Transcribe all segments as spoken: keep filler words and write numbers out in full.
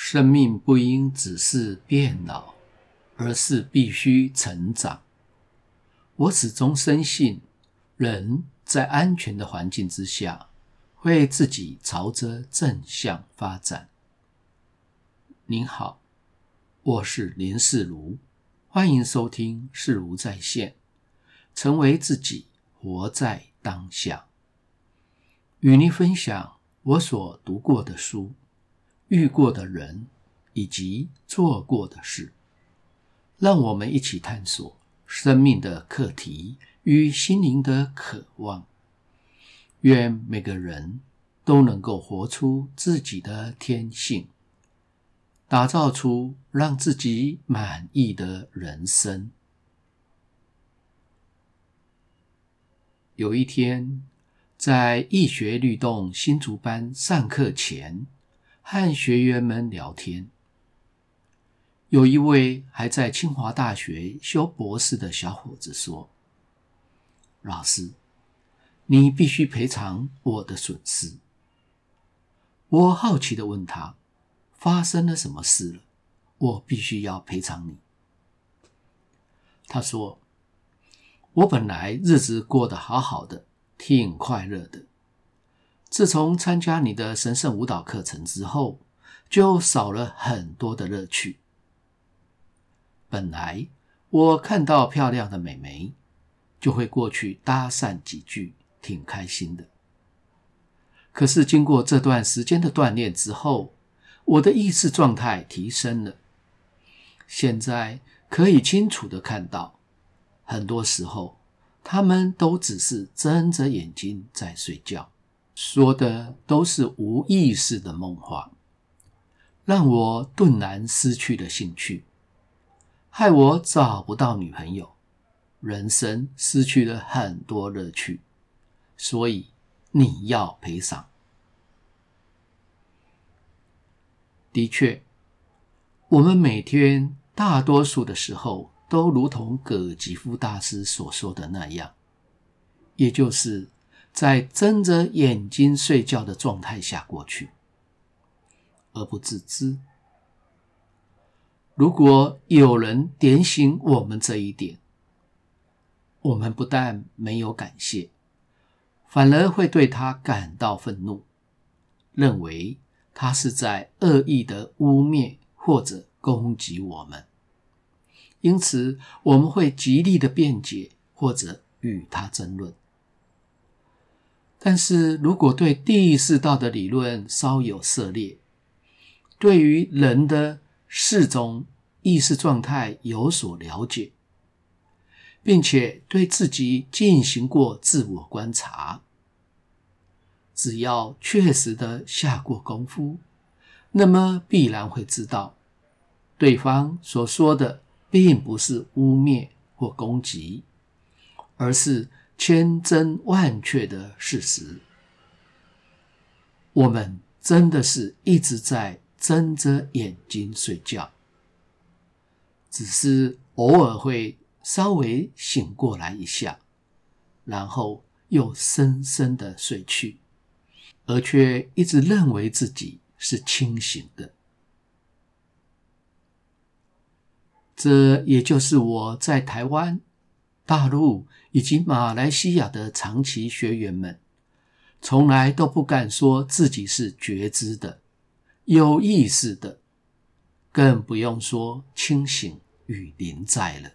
生命不应只是变老，而是必须成长。我始终深信，人在安全的环境之下，会自己朝着正向发展。您好，我是林世如，欢迎收听世如在线，成为自己，活在当下。与您分享我所读过的书，遇过的人，以及做过的事，让我们一起探索生命的课题与心灵的渴望。愿每个人都能够活出自己的天性，打造出让自己满意的人生。有一天，在易学律动新竹班上课前，和学员们聊天，有一位还在清华大学修博士的小伙子说：老师，你必须赔偿我的损失。我好奇地问他，发生了什么事了？我必须要赔偿你。他说，我本来日子过得好好的，挺快乐的。自从参加你的神圣舞蹈课程之后，就少了很多的乐趣。本来我看到漂亮的美眉，就会过去搭讪几句，挺开心的。可是经过这段时间的锻炼之后，我的意识状态提升了。现在可以清楚地看到，很多时候他们都只是睁着眼睛在睡觉，说的都是无意识的梦话，让我顿然失去了兴趣，害我找不到女朋友，人生失去了很多乐趣，所以你要赔偿。的确，我们每天大多数的时候都如同葛吉夫大师所说的那样，也就是在睁着眼睛睡觉的状态下过去，而不自知。如果有人点醒我们这一点，我们不但没有感谢，反而会对他感到愤怒，认为他是在恶意的污蔑或者攻击我们。因此我们会极力的辩解或者与他争论。但是如果对第四道的理论稍有涉猎，对于人的四种意识状态有所了解，并且对自己进行过自我观察，只要确实的下过功夫，那么必然会知道，对方所说的并不是污蔑或攻击，而是千真万确的事实。我们真的是一直在睁着眼睛睡觉，只是偶尔会稍微醒过来一下，然后又深深的睡去，而却一直认为自己是清醒的。这也就是我在台湾、大陆以及马来西亚的长期学员们，从来都不敢说自己是觉知的、有意识的，更不用说清醒与临在了。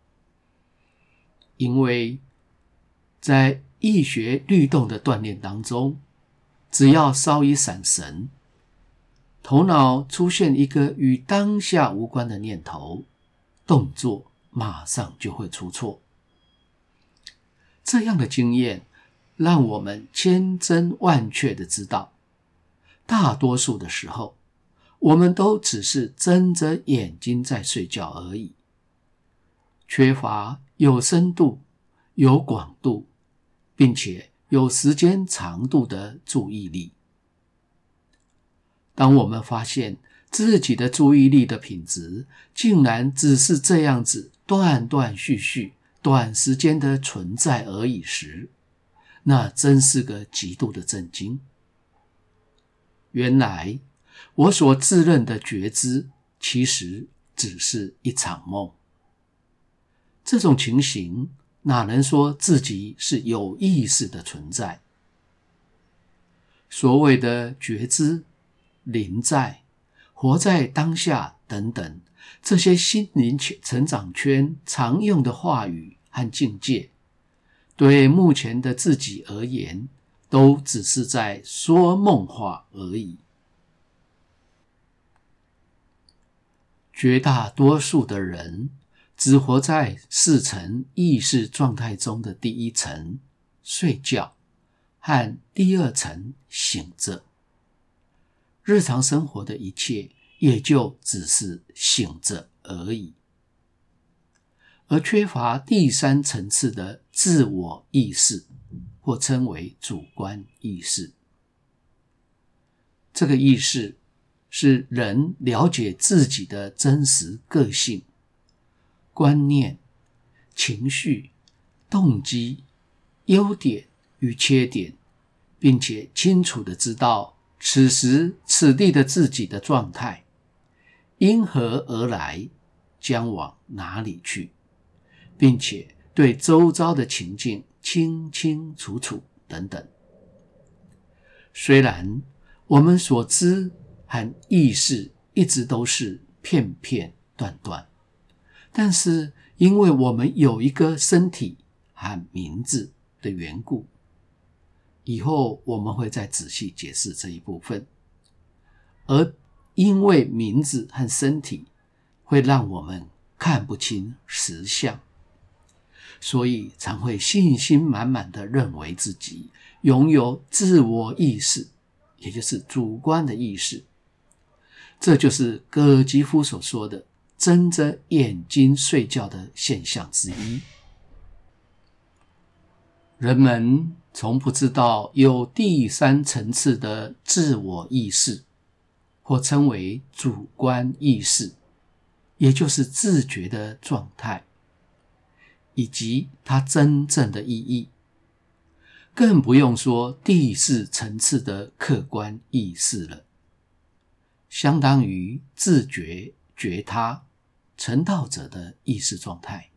因为在易学律动的锻炼当中，只要稍一闪神，头脑出现一个与当下无关的念头，动作马上就会出错。这样的经验让我们千真万确地知道，大多数的时候我们都只是睁着眼睛在睡觉而已，缺乏有深度、有广度，并且有时间长度的注意力。当我们发现自己的注意力的品质竟然只是这样子断断续续、短时间的存在而已时，那真是个极度的震惊。原来我所自认的觉知其实只是一场梦。这种情形哪能说自己是有意识的存在？所谓的觉知、临在、活在当下等等，这些心灵成长圈常用的话语和境界，对目前的自己而言，都只是在说梦话而已。绝大多数的人只活在四层意识状态中的第一层睡觉和第二层醒着，日常生活的一切也就只是醒着而已，而缺乏第三层次的自我意识，或称为主观意识。这个意识是人了解自己的真实个性、观念、情绪、动机、优点与缺点，并且清楚地知道此时此地的自己的状态，因何而来，将往哪里去，并且对周遭的情境清清楚楚等等。虽然我们所知和意识一直都是片片段段，但是因为我们有一个身体和名字的缘故，以后我们会再仔细解释这一部分。而因为名字和身体会让我们看不清实相，所以常会信心满满地认为自己拥有自我意识，也就是主观的意识。这就是葛吉夫所说的睁着眼睛睡觉的现象之一。人们从不知道有第三层次的自我意识，或称为主观意识，也就是自觉的状态，以及它真正的意义。更不用说第四层次的客观意识了，相当于自觉、觉他、成道者的意识状态。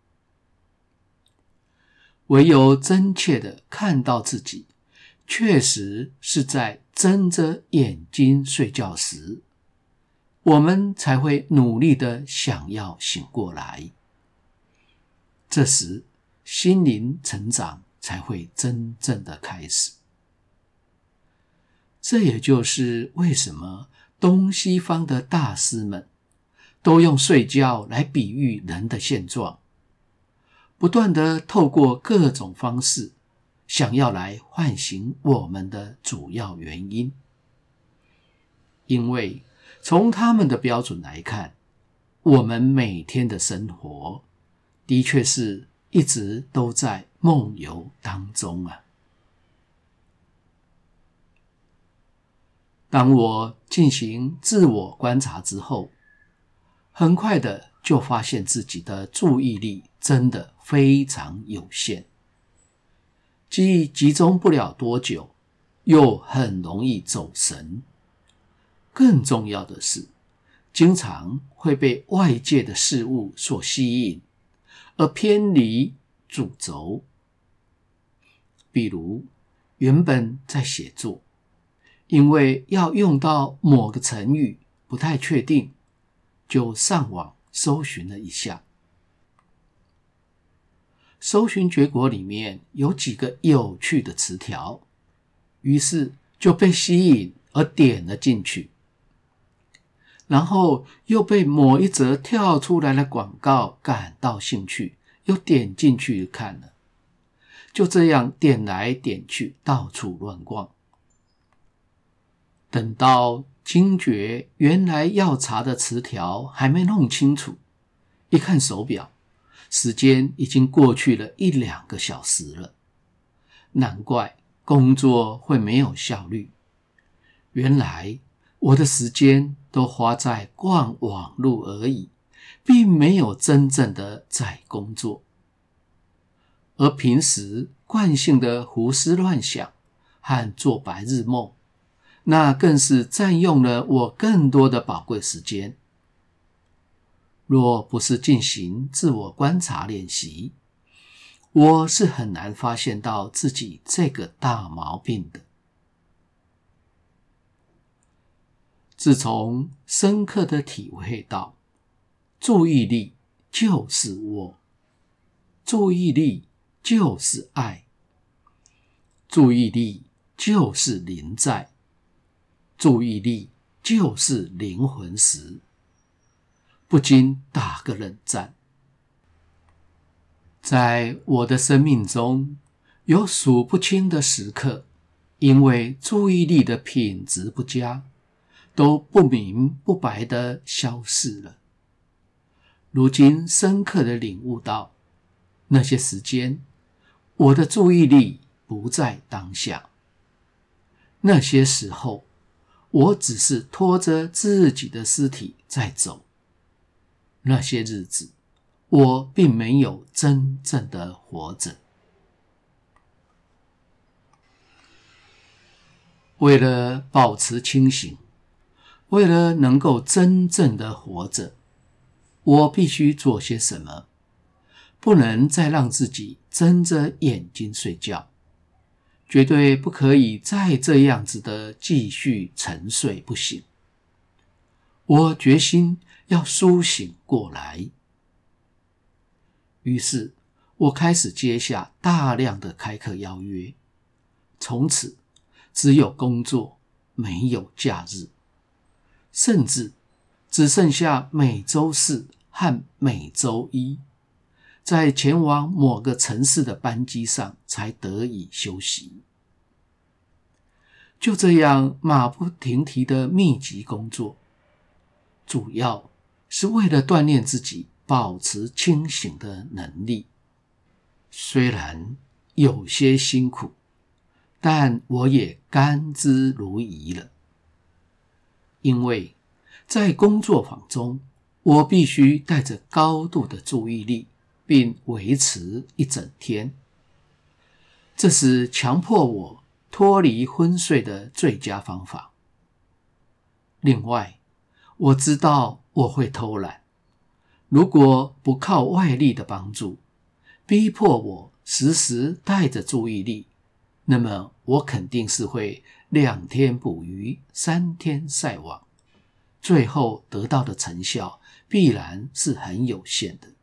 唯有真切地看到自己确实是在睁着眼睛睡觉时，我们才会努力地想要醒过来。这时心灵成长才会真正的开始。这也就是为什么东西方的大师们都用睡觉来比喻人的现状，不断地透过各种方式想要来唤醒我们的主要原因。因为从他们的标准来看，我们每天的生活的确是一直都在梦游当中啊。当我进行自我观察之后，很快的就发现自己的注意力真的非常有限，既集中不了多久，又很容易走神。更重要的是，经常会被外界的事物所吸引，而偏离主轴。比如，原本在写作，因为要用到某个成语，不太确定，就上网搜寻了一下。搜寻结果里面有几个有趣的词条，于是就被吸引而点了进去。然后又被某一则跳出来的广告感到兴趣，又点进去看了。就这样点来点去，到处乱逛。等到惊觉原来要查的词条还没弄清楚，一看手表，时间已经过去了一两个小时了。难怪工作会没有效率，原来我的时间都花在逛网路而已，并没有真正的在工作。而平时惯性的胡思乱想和做白日梦， 那更是占用了我更多的宝贵时间。若不是进行自我观察练习，我是很难发现到自己这个大毛病的。自从深刻的体会到注意力就是我，注意力就是爱，注意力就是临在，注意力就是灵魂时，不禁打个冷战。在我的生命中，有数不清的时刻，因为注意力的品质不佳，都不明不白地消逝了。如今深刻地领悟到，那些时间，我的注意力不在当下。那些时候，我只是拖着自己的尸体在走。那些日子，我并没有真正的活着。为了保持清醒，为了能够真正的活着，我必须做些什么？不能再让自己睁着眼睛睡觉，绝对不可以再这样子的继续沉睡不醒。我决心要苏醒过来。于是我开始接下大量的开课邀约，从此只有工作，没有假日，甚至只剩下每周四和每周一，在前往某个城市的班机上才得以休息。就这样马不停蹄的密集工作，主要是为了锻炼自己保持清醒的能力。虽然有些辛苦，但我也甘之如饴了。因为在工作坊中，我必须带着高度的注意力，并维持一整天。这是强迫我脱离昏睡的最佳方法。另外，我知道我会偷懒，如果不靠外力的帮助，逼迫我时时带着注意力，那么我肯定是会两天捕鱼，三天晒网，最后得到的成效必然是很有限的。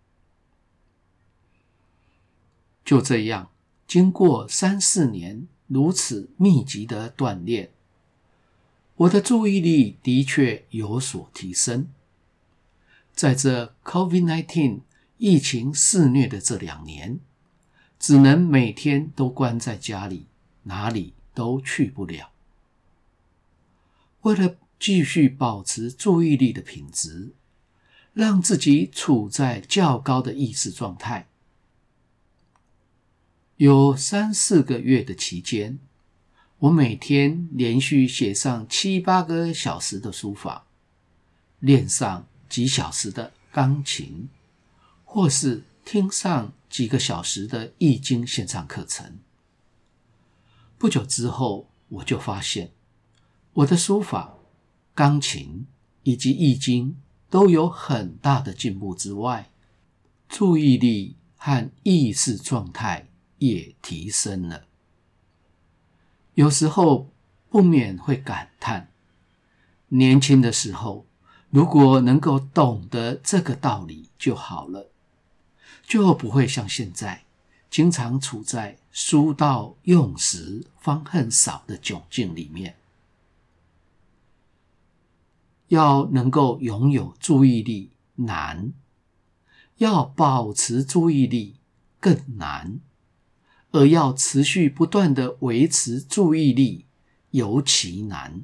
就这样，经过三四年如此密集的锻炼，我的注意力的确有所提升。在这 COVID 十九 疫情肆虐的这两年，只能每天都关在家里，哪里都去不了。为了继续保持注意力的品质，让自己处在较高的意识状态，有三四个月的期间，我每天连续写上七八个小时的书法，练上几小时的钢琴，或是听上几个小时的易经线上课程。不久之后，我就发现我的书法、钢琴以及易经都有很大的进步之外，注意力和意识状态也提升了。有时候不免会感叹，年轻的时候如果能够懂得这个道理就好了，就不会像现在经常处在书到用时方恨少的窘境里面。要能够拥有注意力难，要保持注意力更难，而要持续不断地维持注意力尤其难。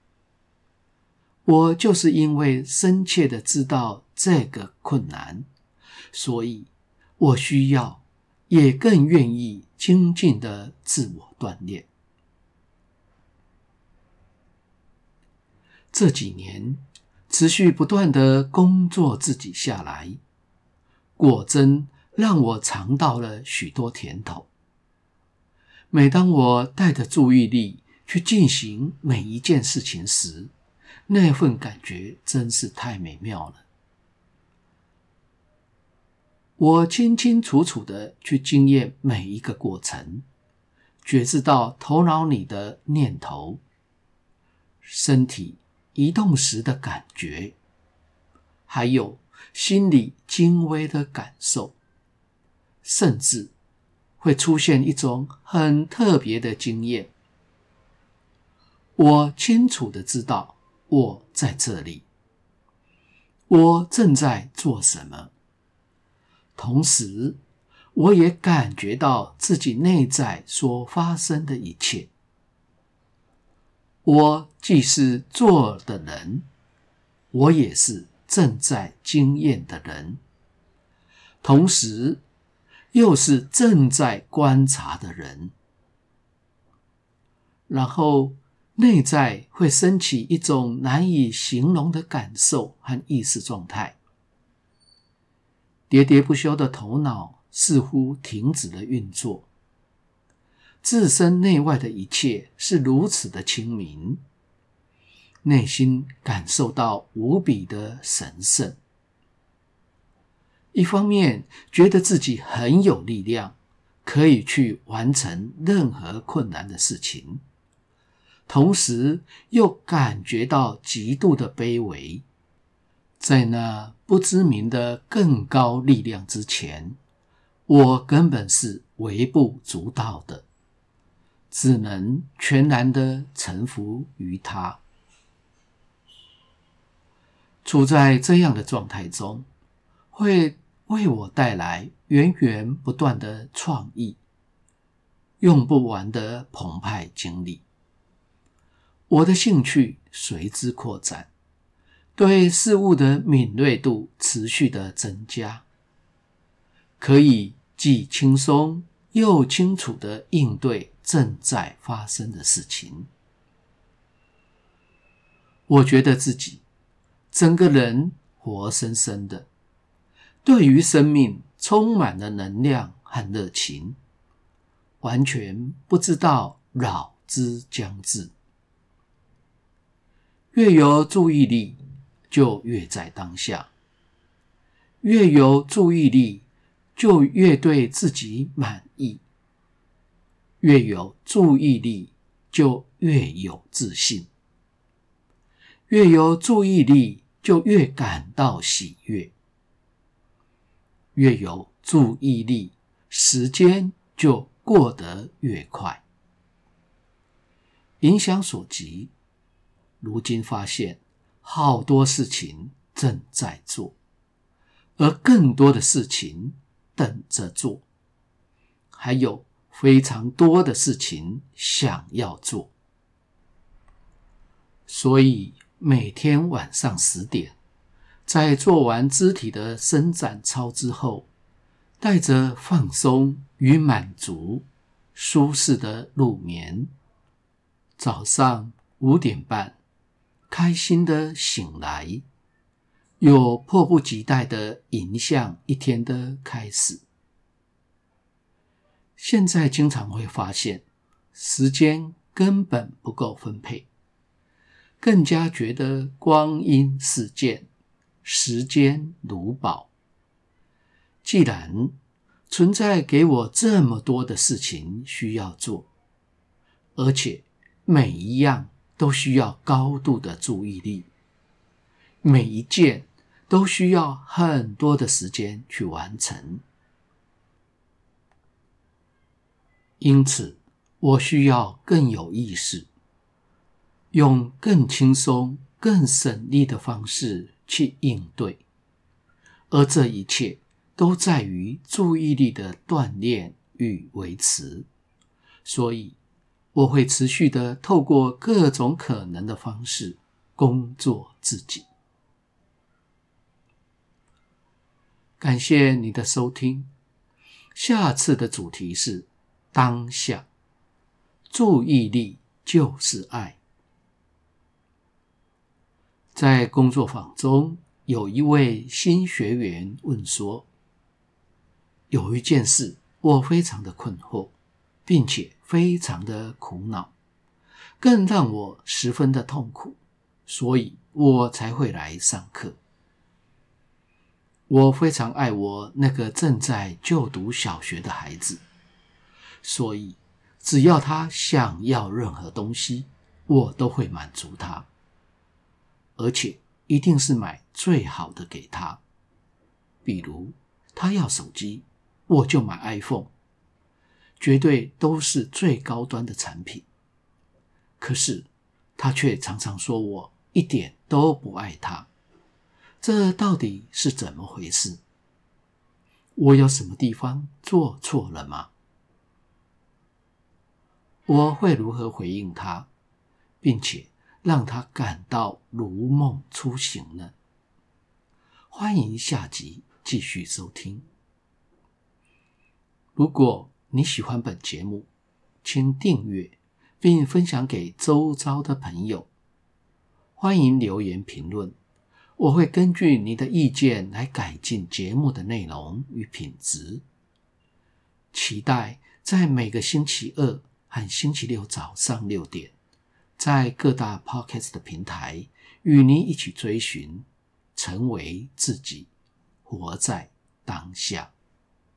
我就是因为深切地知道这个困难，所以我需要也更愿意精进地自我锻炼。这几年持续不断地工作自己下来，果真让我尝到了许多甜头。每当我带着注意力去进行每一件事情时，那份感觉真是太美妙了。我清清楚楚地去经验每一个过程，觉知到头脑里的念头，身体移动时的感觉，还有心里轻微的感受，甚至会出现一种很特别的经验。我清楚地知道我在这里，我正在做什么，同时我也感觉到自己内在所发生的一切。我既是做的人，我也是正在经验的人，同时又是正在观察的人。然后内在会升起一种难以形容的感受和意识状态，喋喋不休的头脑似乎停止了运作，自身内外的一切是如此的清明，内心感受到无比的神圣。一方面觉得自己很有力量，可以去完成任何困难的事情，同时又感觉到极度的卑微。在那不知名的更高力量之前，我根本是微不足道的，只能全然的臣服于它。处在这样的状态中，会为我带来源源不断的创意，用不完的澎湃精力。我的兴趣随之扩展，对事物的敏锐度持续的增加，可以既轻松又清楚地应对正在发生的事情。我觉得自己整个人活生生的，对于生命充满了能量和热情，完全不知道老之将至。越有注意力，就越在当下；越有注意力，就越对自己满意；越有注意力，就越有自信；越有注意力，就越感到喜悦；越有注意力，时间就过得越快。影响所及，如今发现好多事情正在做，而更多的事情等着做，还有非常多的事情想要做。所以每天晚上十点，在做完肢体的伸展操之后，带着放松与满足，舒适的入眠。早上五点半，开心的醒来，又迫不及待的迎向一天的开始。现在经常会发现，时间根本不够分配，更加觉得光阴似箭，时间如宝。既然存在给我这么多的事情需要做，而且每一样都需要高度的注意力，每一件都需要很多的时间去完成。因此，我需要更有意识，用更轻松、更省力的方式去应对。而这一切都在于注意力的锻炼与维持。所以，我会持续的透过各种可能的方式工作自己。感谢你的收听，下次的主题是当下，注意力就是爱。在工作坊中，有一位新学员问说，有一件事我非常的困惑，并且非常的苦恼， 更让我十分的痛苦，所以我才会来上课。我非常爱我那个正在就读小学的孩子，所以只要他想要任何东西，我都会满足他，而且一定是买最好的给他。比如他要手机，我就买 iPhone， 绝对都是最高端的产品。可是他却常常说我一点都不爱他，这到底是怎么回事？我有什么地方做错了吗？我会如何回应他，并且让他感到如梦初醒呢？欢迎下集继续收听。如果你喜欢本节目，请订阅并分享给周遭的朋友。欢迎留言评论，我会根据你的意见来改进节目的内容与品质。期待在每个星期二和星期六早上六点，在各大 Podcast 的平台与你一起追寻，成为自己，活在当下。